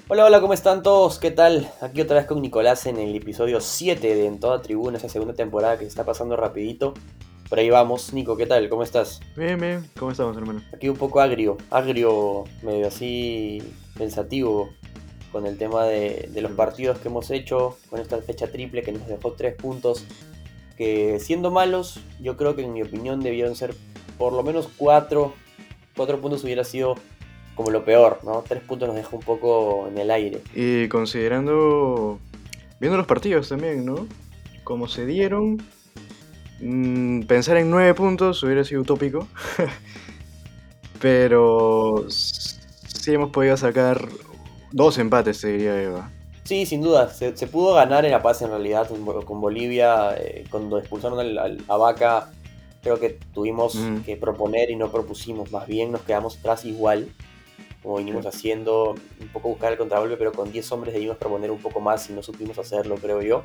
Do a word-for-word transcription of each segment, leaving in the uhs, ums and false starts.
Hola, hola, ¿cómo están todos? ¿Qué tal? Aquí otra vez con Nicolás en el episodio siete de En Toda Tribuna, esa segunda temporada que se está pasando rapidito. Por ahí vamos. Nico, ¿qué tal? ¿Cómo estás? Bien, bien, ¿cómo estamos, hermano? Aquí un poco agrio, agrio, medio así pensativo con el tema de, de los Chuta. partidos que hemos hecho, con esta fecha triple que nos dejó tres puntos, que siendo malos, yo creo que en mi opinión debieron ser por lo menos cuatro. Cuatro puntos hubiera sido como lo peor, ¿no? Tres puntos nos deja un poco en el aire. Y considerando, viendo los partidos también, ¿no? Como se dieron, mm, pensar en nueve puntos hubiera sido utópico, pero s- sí hemos podido sacar dos empates, te diría Eva. Sí, sin duda, se, se pudo ganar en La Paz en realidad con, Bo- con Bolivia, eh, cuando expulsaron al, al- a Vaca, creo que tuvimos Mm, que proponer y no propusimos, más bien nos quedamos atrás igual, como vinimos sí. haciendo, un poco buscar el contragolpe, pero con diez hombres debimos proponer un poco más y no supimos hacerlo, creo yo.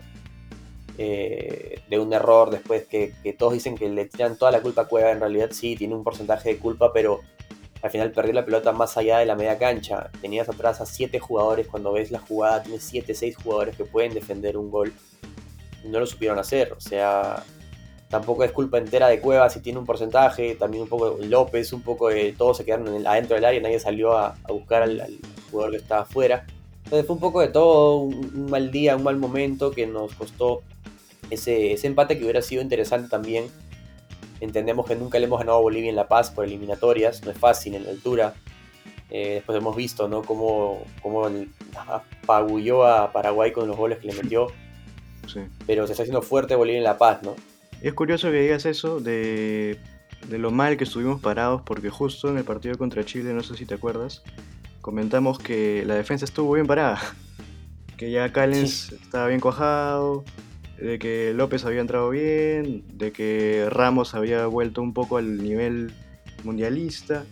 Eh, de un error después que, que todos dicen que le tiran toda la culpa a Cueva, en realidad sí, tiene un porcentaje de culpa, pero al final perdió la pelota más allá de la media cancha. Tenías atrás a siete jugadores, cuando ves la jugada tienes siete seis jugadores que pueden defender un gol. Y no lo supieron hacer. O sea, tampoco es culpa entera de Cueva si tiene un porcentaje. También un poco López, un poco de todos se quedaron en el, adentro del área. Nadie salió a, a buscar al, al, jugador que estaba afuera. Entonces fue un poco de todo, un, un mal día, un mal momento que nos costó ese, ese empate que hubiera sido interesante también. Entendemos que nunca le hemos ganado a Bolivia en La Paz por eliminatorias, no es fácil en la altura. Eh, después hemos visto, ¿no? Cómo, cómo apagulló a Paraguay con los goles que le metió, Sí. pero se está haciendo fuerte Bolivia en La Paz, ¿no? Es curioso que digas eso de, de lo mal que estuvimos parados, porque justo en el partido contra Chile, no sé si te acuerdas, comentamos que la defensa estuvo bien parada. Que ya Sí, Callens estaba bien cuajado, de que López había entrado bien, de que Ramos había vuelto un poco al nivel mundialista.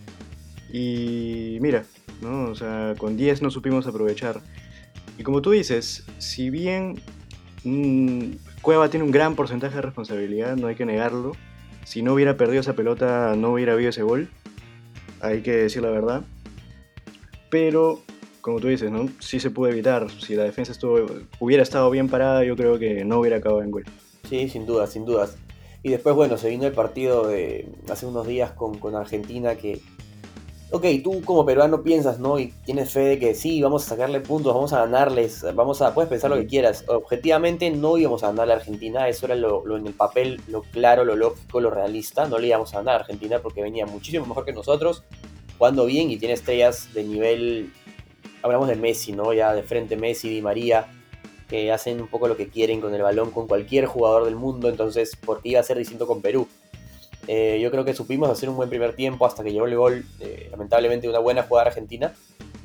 Y mira, ¿no? O sea, con diez no supimos aprovechar. Y como tú dices, si bien mmm, Cueva tiene un gran porcentaje de responsabilidad, no hay que negarlo. Si no hubiera perdido esa pelota, no hubiera habido ese gol. Hay que decir la verdad. Pero, como tú dices, ¿no? Sí se pudo evitar. Si la defensa estuvo, hubiera estado bien parada, yo creo que no hubiera acabado en gol. sí, sin dudas, sin dudas. Y después, bueno, se vino el partido de hace unos días con, con Argentina que, ok, tú como peruano piensas, ¿no? Y tienes fe de que sí, vamos a sacarle puntos, vamos a ganarles, vamos a, puedes pensar lo que Ujú. quieras. Objetivamente no íbamos a ganarle a Argentina, eso era lo, lo en el papel, lo claro, lo lógico, lo realista. No le íbamos a ganar a Argentina porque venía muchísimo mejor que nosotros, jugando bien y tiene estrellas de nivel, hablamos de Messi, ¿no? Ya de frente Messi, Di María, que hacen un poco lo que quieren con el balón, con cualquier jugador del mundo, entonces, ¿por qué iba a ser distinto con Perú? Eh, yo creo que supimos hacer un buen primer tiempo hasta que llegó el gol, eh, lamentablemente una buena jugada argentina,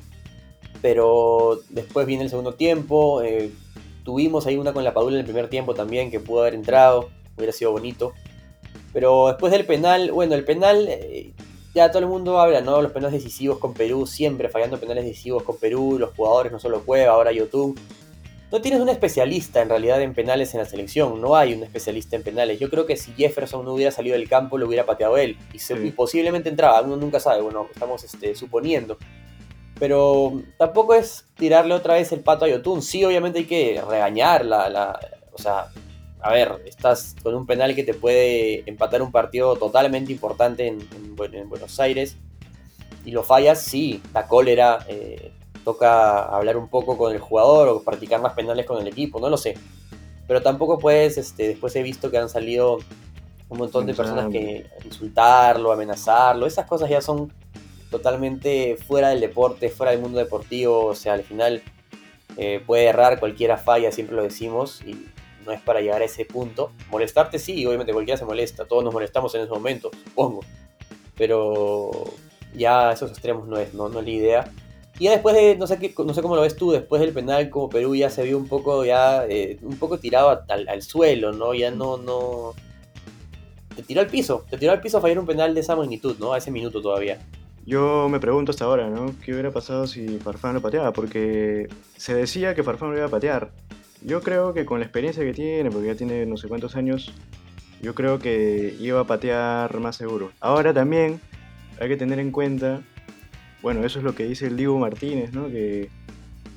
pero después viene el segundo tiempo, eh, tuvimos ahí una con la Padula en el primer tiempo también que pudo haber entrado, hubiera sido bonito, pero después del penal, bueno, el penal, eh, ya todo el mundo habla, ¿no? Los penales decisivos con Perú, siempre fallando penales decisivos con Perú, los jugadores, no solo Cueva, ahora YouTube. No tienes un especialista en realidad en penales en la selección, no hay un especialista en penales. Yo creo que si Jefferson no hubiera salido del campo, lo hubiera pateado él. Y, se, y Sí. posiblemente entraba, uno nunca sabe, bueno, estamos este, suponiendo. Pero tampoco es tirarle otra vez el pato a Yotun. Sí, obviamente hay que regañar la, la, o sea, a ver, estás con un penal que te puede empatar un partido totalmente importante en, en, en Buenos Aires y lo fallas, sí, da cólera, eh, toca hablar un poco con el jugador o practicar más penales con el equipo, no lo sé. Pero tampoco puedes, este, después he visto que han salido un montón de personas Amenazando. que insultarlo, amenazarlo, esas cosas ya son totalmente fuera del deporte, fuera del mundo deportivo, o sea, al final eh, puede errar, cualquiera falla, siempre lo decimos, y no es para llegar a ese punto. Molestarte sí, obviamente cualquiera se molesta, todos nos molestamos en ese momento, supongo, pero ya esos extremos no es, no, no es la idea. Y ya después de, no sé, qué, no sé cómo lo ves tú, después del penal como Perú ya se vio un poco, ya, eh, un poco tirado al, al suelo, ¿no? Ya no, no... Te tiró al piso, te tiró al piso a fallar un penal de esa magnitud, ¿no? A ese minuto todavía. Yo me pregunto hasta ahora, ¿no? ¿Qué hubiera pasado si Farfán lo pateaba? Porque se decía que Farfán lo iba a patear. Yo creo que con la experiencia que tiene, porque ya tiene no sé cuántos años, yo creo que iba a patear más seguro. Ahora también hay que tener en cuenta, bueno, eso es lo que dice el Dibu Martínez, ¿no? Que,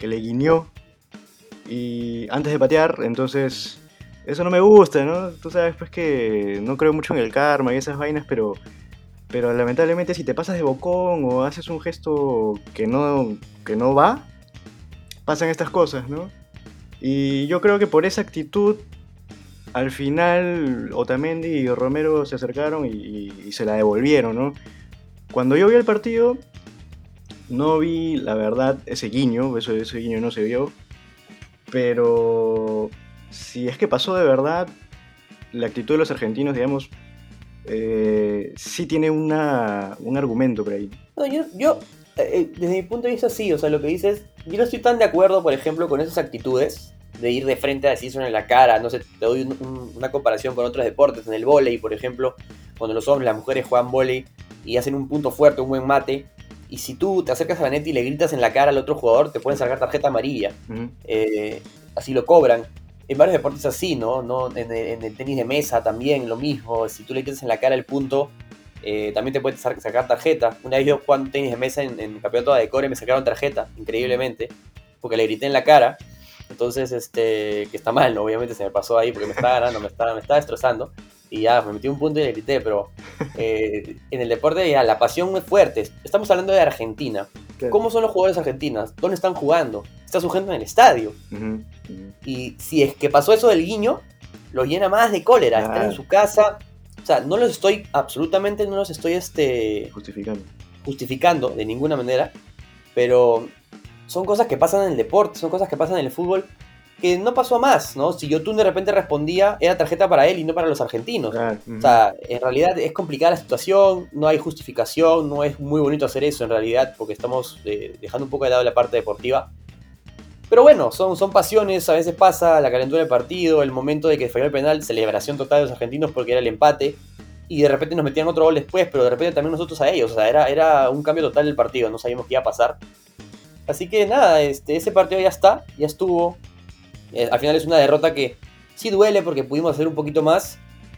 que le guiñó y antes de patear, entonces eso no me gusta, ¿no? Tú sabes pues que no creo mucho en el karma y esas vainas, pero, pero lamentablemente si te pasas de bocón o haces un gesto que no, que no va, pasan estas cosas, ¿no? Y yo creo que por esa actitud, al final Otamendi y Romero se acercaron y, y- y se la devolvieron, ¿no? Cuando yo vi el partido, no vi, la verdad, ese guiño, eso, ese guiño no se vio, pero si es que pasó de verdad, la actitud de los argentinos, digamos, eh, sí tiene una, un argumento por ahí. No, yo, yo eh, eh, desde mi punto de vista, sí, o sea, lo que dices, yo no estoy tan de acuerdo, por ejemplo, con esas actitudes de ir de frente a decirse en la cara, no sé, te doy un- un- una comparación con otros deportes, en el vóley, por ejemplo, cuando los hombres, las mujeres juegan vóley y hacen un punto fuerte, un buen mate, y si tú te acercas a la neta y le gritas en la cara al otro jugador, te pueden sacar tarjeta amarilla. Ujú. Eh, así lo cobran. En varios deportes así, ¿no? ¿No? En, el, en el tenis de mesa también lo mismo. Si tú le quitas en la cara el punto, eh, también te pueden sacar tarjeta. Una vez yo jugando tenis de mesa en, en el campeonato de Core me sacaron tarjeta, increíblemente, porque le grité en la cara. Entonces, este, que está mal, ¿no? Obviamente se me pasó ahí porque me estaba ganando, me estaba, me estaba destrozando. Y ya, me metí un punto y le grité, pero eh, en el deporte ya la pasión es fuerte. Estamos hablando de Argentina. Claro. ¿Cómo son los jugadores argentinos? ¿Dónde están jugando? Está su gente en el estadio. Ujú, ujú. Y si es que pasó eso del guiño, los llena más de cólera. Están Claro. en su casa. O sea, no los estoy, absolutamente no los estoy este, Justificando. justificando de ninguna manera, pero son cosas que pasan en el deporte, son cosas que pasan en el fútbol, que no pasó a más, ¿no? Si Yotun de repente respondía, era tarjeta para él y no para los argentinos. Claro, ujú. O sea, en realidad es complicada la situación, no hay justificación, no es muy bonito hacer eso en realidad, porque estamos eh, dejando un poco de lado la parte deportiva. Pero bueno, son, son pasiones, a veces pasa la calentura del partido, el momento de que falló el penal, celebración total de los argentinos porque era el empate, y de repente nos metían otro gol después, pero de repente también nosotros a ellos, o sea, era, era un cambio total del partido, no sabíamos qué iba a pasar. Así que nada, este, ese partido ya está, ya estuvo. Eh, al final es una derrota que sí duele porque pudimos hacer un poquito más,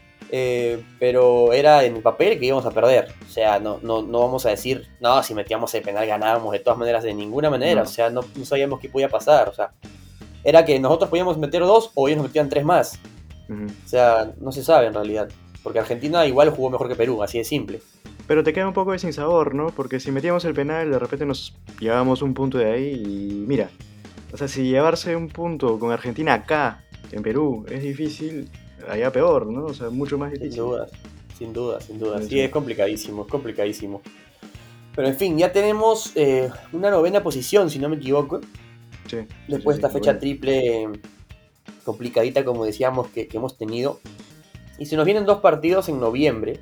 eh, pero era en el papel que íbamos a perder. O sea, no, no, no vamos a decir, no, si metíamos el penal ganábamos de todas maneras, de ninguna manera. No. O sea, no, no sabíamos qué podía pasar. O sea, era que nosotros podíamos meter dos o ellos nos metían tres más. Ujú. O sea, no se sabe en realidad. Porque Argentina igual jugó mejor que Perú, así de simple. Pero te queda un poco de sinsabor, ¿no? Porque si metíamos el penal, de repente nos llevábamos un punto de ahí y mira, o sea, si llevarse un punto con Argentina acá, en Perú, es difícil, allá peor, ¿no? O sea, mucho más Sin difícil. dudas, sin dudas, sin dudas. Sí, Sí, sí. es complicadísimo, es complicadísimo. Pero en fin, ya tenemos eh, una novena posición, si no me equivoco. Sí, Después sí, de esta sí, fecha bueno. triple complicadita, como decíamos, que, que hemos tenido. Y se nos vienen dos partidos en noviembre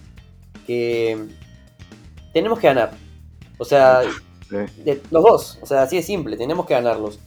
que tenemos que ganar. O sea, Sí. de, los dos. O sea, así de simple, tenemos que ganarlos.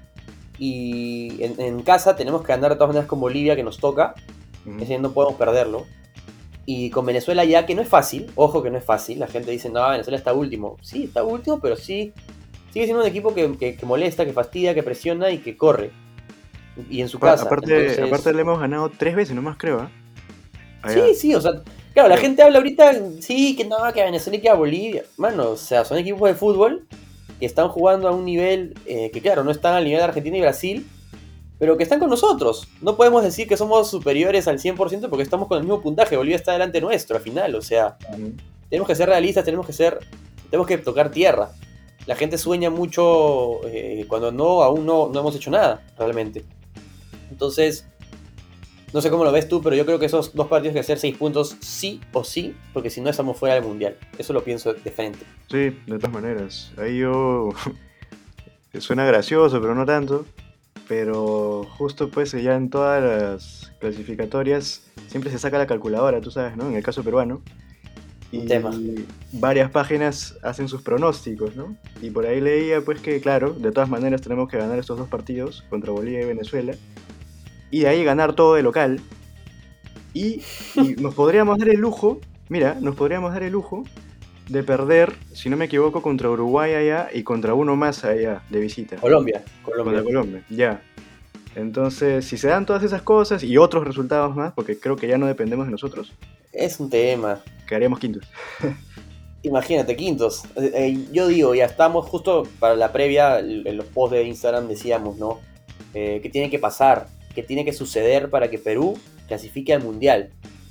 Y en, en casa tenemos que ganar de todas maneras con Bolivia, que nos toca. Ujú. Es decir, no podemos perderlo. Y con Venezuela ya, que no es fácil, ojo que no es fácil. La gente dice, no, Venezuela está último. Sí, está último, pero sí. Sigue siendo un equipo que, que, que molesta, que fastidia, que presiona y que corre. Y en su Apa- casa. Aparte, Entonces, aparte le hemos ganado tres veces nomás, creo, ¿ah? sí, Allá. sí, o sea, claro, la Creo. gente habla ahorita, sí, que no, que a Venezuela y que a Bolivia. Mano, o sea, son equipos de fútbol que están jugando a un nivel eh, que, claro, no están al nivel de Argentina y Brasil, pero que están con nosotros. No podemos decir que somos superiores al cien por ciento porque estamos con el mismo puntaje. Bolivia está delante nuestro al final, o sea, Ujú. tenemos que ser realistas, tenemos que ser, tenemos que tocar tierra. La gente sueña mucho eh, cuando no, aún no, no hemos hecho nada, realmente. Entonces, no sé cómo lo ves tú, pero yo creo que esos dos partidos hay que hacer seis puntos sí o sí, porque si no estamos fuera del Mundial. Eso lo pienso de frente. Sí, de todas maneras. Ahí yo... Suena gracioso, pero no tanto. Pero justo pues ya en todas las clasificatorias siempre se saca la calculadora, tú sabes, ¿no? En el caso peruano. Un Y tema. varias páginas hacen sus pronósticos, ¿no? Y por ahí leía pues que, claro, de todas maneras tenemos que ganar estos dos partidos contra Bolivia y Venezuela. Y de ahí ganar todo de local. Y, y nos podríamos dar el lujo, mira, nos podríamos dar el lujo de perder, si no me equivoco, contra Uruguay allá y contra uno más allá de visita. Colombia, Contra Colombia. Colombia, ya. Entonces, si se dan todas esas cosas y otros resultados más, porque creo que ya no dependemos de nosotros, Es un tema. quedaríamos quintos. Imagínate, quintos. Eh, eh, yo digo, ya estamos justo para la previa, en los posts de Instagram decíamos, ¿no? Eh, ¿qué tiene que pasar? ¿Qué tiene que suceder para que Perú clasifique al Mundial?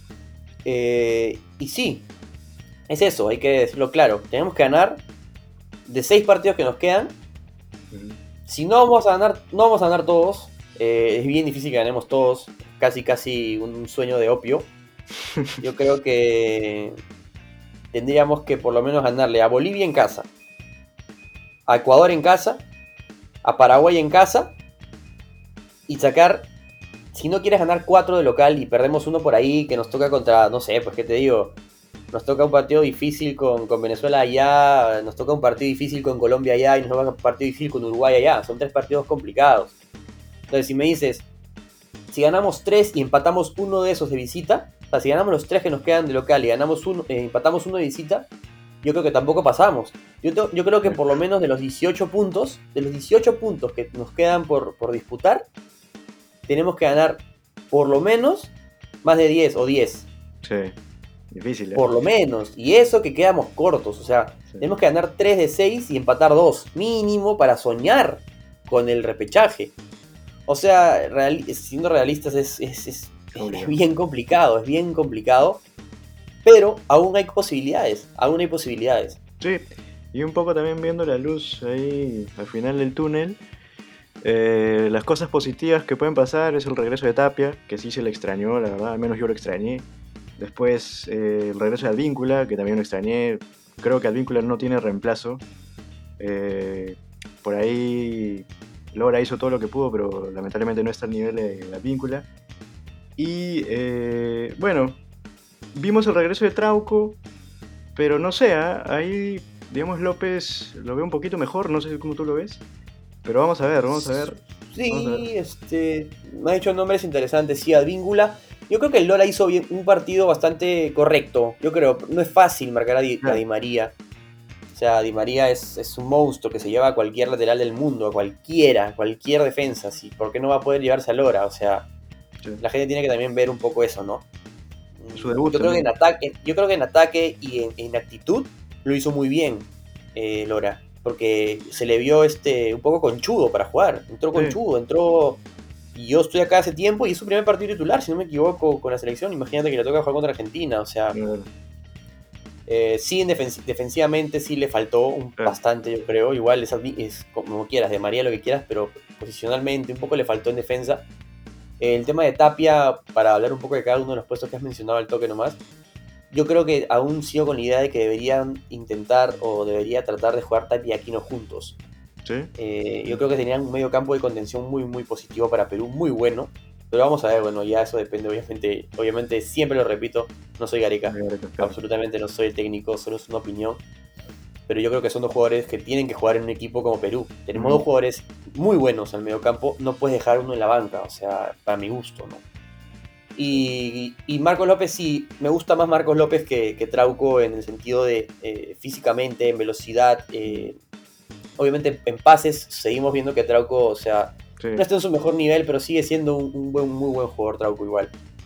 Eh, y sí, es eso, hay que decirlo claro. Tenemos que ganar de seis partidos que nos quedan. Ujú. Si no vamos a ganar, no vamos a ganar todos. Eh, es bien difícil que ganemos todos. Casi, casi un sueño de opio. Yo creo que tendríamos que por lo menos ganarle a Bolivia en casa, a Ecuador en casa, a Paraguay en casa y sacar, si no quieres ganar cuatro de local y perdemos uno por ahí que nos toca contra, no sé, pues qué te digo, nos toca un partido difícil con, con Venezuela allá, nos toca un partido difícil con Colombia allá y nos toca un partido difícil con Uruguay allá, son tres partidos complicados. Entonces si me dices, si ganamos tres y empatamos uno de esos de visita, o sea, si ganamos los tres que nos quedan de local y ganamos uno, eh, empatamos uno de visita, yo creo que tampoco pasamos. Yo, te, yo creo que por lo menos de los dieciocho puntos, de los dieciocho puntos que nos quedan por, por disputar, tenemos que ganar por lo menos más de diez o diez. Sí, difícil, ¿eh? Por lo menos. Y eso que quedamos cortos. O sea, sí. Tenemos que ganar tres de seis y empatar dos. Mínimo para soñar con el repechaje. O sea, real, siendo realistas es, es, es, es bien complicado. Es bien complicado. Pero aún hay posibilidades. Aún hay posibilidades. Sí, y un poco también viendo la luz ahí al final del túnel. Eh, las cosas positivas que pueden pasar es el regreso de Tapia, que sí se le extrañó, la verdad, al menos yo lo extrañé. Después eh, el regreso de Advíncula, que también lo extrañé. Creo que Advíncula no tiene reemplazo. Eh, por ahí Lora hizo todo lo que pudo, pero lamentablemente no está al nivel de Advíncula. Y eh, bueno, vimos el regreso de Trauco, pero no sé, ¿eh? Ahí, digamos, López lo ve un poquito mejor, no sé cómo tú lo ves. Pero vamos a ver, vamos a ver. Sí, vamos a ver. este, me ha hecho nombres interesantes, sí, Advíncula. Yo creo que el Lora hizo bien, un partido bastante correcto. Yo creo, no es fácil marcar a Di, a Di María. O sea, Di María es, es un monstruo que se lleva a cualquier lateral del mundo, a cualquiera, a cualquier defensa. ¿Sí? ¿Por qué no va a poder llevarse a Lora? O sea, sí. La gente tiene que también ver un poco eso, ¿no? Su debut, yo, creo que en ataque, yo creo que en ataque y en, en actitud lo hizo muy bien eh, Lora. Porque se le vio este un poco conchudo para jugar. Entró conchudo, sí. entró... Y yo estoy acá hace tiempo y es su primer partido titular, si no me equivoco, con la selección. Imagínate que le toca jugar contra Argentina, o sea... Claro. Eh, sí, en defen- defensivamente sí le faltó un, claro. bastante, yo creo. Igual es, es como quieras, de María lo que quieras, pero posicionalmente un poco le faltó en defensa. Eh, el tema de Tapia, para hablar un poco de cada uno de los puestos que has mencionado al toque nomás, yo creo que aún sigo con la idea de que deberían intentar o debería tratar de jugar Tapia y Aquino juntos. ¿Sí? Eh, yo creo que tenían un medio campo de contención muy muy positivo para Perú, muy bueno. Pero vamos a ver, bueno, ya eso depende, obviamente, obviamente siempre lo repito, no soy Gareca, no, Gareca claro. Absolutamente no soy el técnico, solo es una opinión. Pero yo creo que son dos jugadores que tienen que jugar en un equipo como Perú. Tenemos uh-huh. dos jugadores muy buenos al medio campo, no puedes dejar uno en la banca, o sea, para mi gusto, ¿no? Y, y Marcos López sí, me gusta más Marcos López que, que Trauco en el sentido de eh, físicamente, en velocidad. Eh, obviamente en pases seguimos viendo que Trauco, o sea, sí. no está en su mejor nivel, pero sigue siendo un, un buen, muy buen jugador Trauco igual.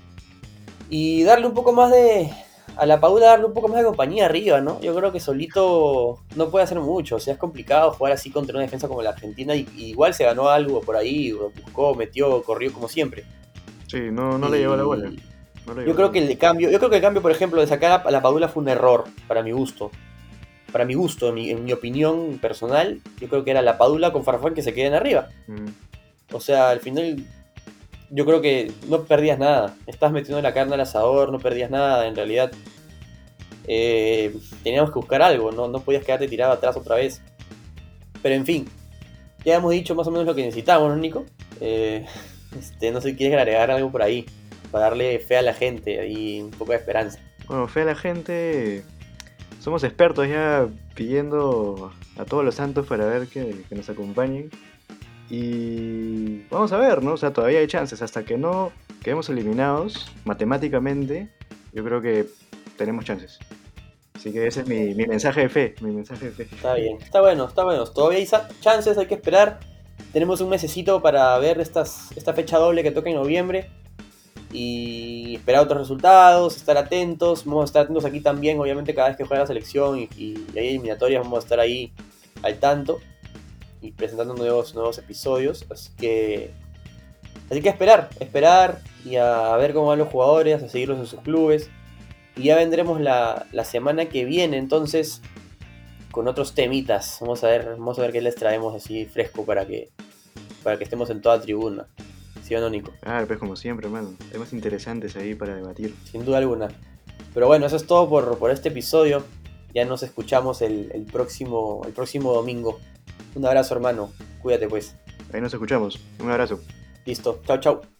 Y darle un poco más de... A la Padula darle un poco más de compañía arriba, ¿no? Yo creo que solito no puede hacer mucho, o sea, es complicado jugar así contra una defensa como la Argentina y, y igual se ganó algo por ahí, buscó, metió, corrió como siempre. Sí, no, no le llevó la bola. No yo creo que el cambio, yo creo que el cambio, por ejemplo, de sacar a la Padula fue un error para mi gusto. Para mi gusto, en mi, en mi opinión personal, yo creo que era la Padula con Farfán que se queden arriba. Mm. O sea, al final, yo creo que no perdías nada. Estás metiendo la carne al asador, no perdías nada. En realidad, eh, teníamos que buscar algo, ¿no? No podías quedarte tirado atrás otra vez. Pero en fin, ya hemos dicho más o menos lo que necesitamos, ¿no, Nico? Eh... Este, no sé si quieres agregar algo por ahí para darle fe a la gente y un poco de esperanza. Bueno, fe a la gente, somos expertos ya pidiendo a todos los santos para ver que, que nos acompañen y vamos a ver, ¿no? O sea, todavía hay chances, hasta que no quedemos eliminados matemáticamente, yo creo que tenemos chances. Así que ese es mi, mi mensaje de fe, mi mensaje de fe. Está bien, está bueno, está bueno, todavía hay chances, hay que esperar. Tenemos un mesecito para ver estas, esta fecha doble que toca en noviembre. y esperar otros resultados, estar atentos. Vamos a estar atentos aquí también, obviamente, cada vez que juega la selección y, y hay eliminatorias, vamos a estar ahí al tanto y presentando nuevos, nuevos episodios. Así que, así que esperar, esperar y a ver cómo van los jugadores, a seguirlos en sus clubes. Y ya vendremos la, la semana que viene, entonces, con otros temitas. Vamos a ver, vamos a ver qué les traemos así fresco para que, para que estemos en toda tribuna. ¿Sí o no, Nico? Ah, pues como siempre, hermano. Temas interesantes ahí para debatir. Sin duda alguna. Pero bueno, eso es todo por, por este episodio. Ya nos escuchamos el, el, próximo, el próximo domingo. Un abrazo, hermano. Cuídate, pues. Ahí nos escuchamos. Un abrazo. Listo. Chau, chau.